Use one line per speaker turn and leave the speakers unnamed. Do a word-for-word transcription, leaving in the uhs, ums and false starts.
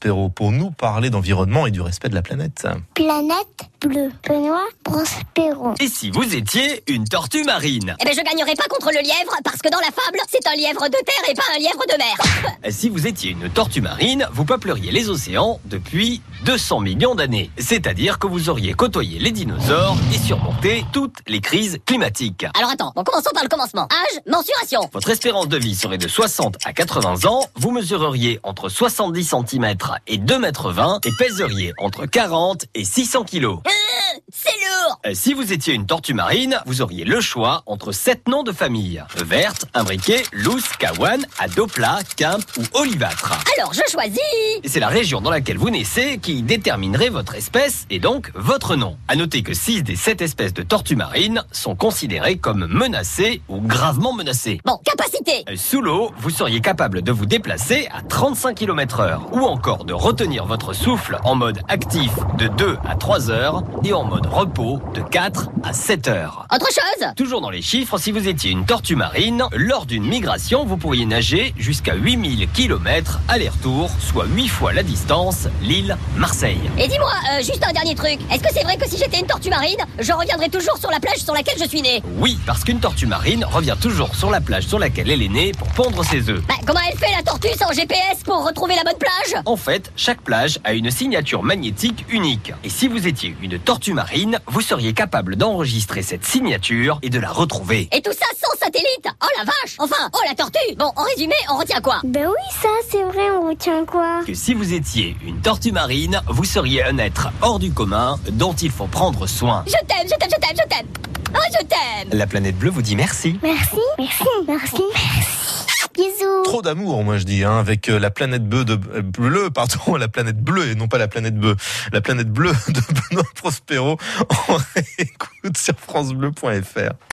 Prospero pour nous parler d'environnement et du respect de la planète.
Planète bleue. Benoît Prospero.
Et si vous étiez une tortue marine?
Eh ben je gagnerais pas contre le lièvre parce que dans la fable, c'est un lièvre de terre et pas un lièvre de mer.
Si vous étiez une tortue marine, vous peupleriez les océans depuis deux cents millions d'années. C'est-à-dire que vous auriez côtoyé les dinosaures et surmonté toutes les crises climatiques.
Alors attends, bon, commençons par le commencement. Âge, mensuration.
Votre espérance de vie serait de soixante à quatre-vingts ans, vous mesureriez entre soixante-dix centimètres et deux mètres vingt et pèseriez entre quarante et six cents kilos.
Euh, c'est lourd.
Si vous étiez une tortue marine, vous auriez le choix entre sept noms de famille. Verte, imbriquée, lousse, caouane, adopla, quimpe ou olivâtre.
Alors je choisis...
Et c'est la région dans laquelle vous naissez qui déterminerait votre espèce et donc votre nom. À noter que six des sept espèces de tortues marines sont considérées comme menacées ou gravement menacées.
Bon, capacité.
Sous l'eau, vous seriez capable de vous déplacer à trente-cinq kilomètres heure ou encore de retenir votre souffle en mode actif de deux à trois heures et en mode repos de quatre à sept heures.
Autre chose?
Toujours dans les chiffres, si vous étiez une tortue marine, lors d'une migration, vous pourriez nager jusqu'à huit mille kilomètres aller-retour, soit huit fois la distance Lille-Marseille.
Et dis-moi, euh, juste un dernier truc. Est-ce que c'est vrai que si j'étais une tortue marine, je reviendrais toujours sur la plage sur laquelle je suis né?
Oui, parce qu'une tortue marine revient toujours sur la plage sur laquelle elle est née pour pondre ses œufs.
Bah, comment elle fait la tortue sans G P S pour retrouver la bonne plage?
En fait, chaque plage a une signature magnétique unique. Et si vous étiez une tortue marine, vous seriez capable d'enregistrer cette signature et de la retrouver.
Et tout ça sans satellite? Oh la vache! Enfin, oh la tortue! Bon, en résumé, on retient quoi?
Ben oui, ça, c'est vrai, on retient quoi?
Que si vous étiez une tortue marine, vous seriez un être hors du commun dont il faut prendre soin.
Je t'aime, je t'aime, je t'aime, je t'aime! Oh, je t'aime!
La planète bleue vous dit merci.
Merci, merci, merci, merci. Bisous.
Trop d'amour, moi je dis, hein, avec euh, la planète bleue de euh, bleue, pardon, la planète bleue et non pas la planète bleue, la planète bleue de Benoît Prospero. On réécoute sur francebleu point fr.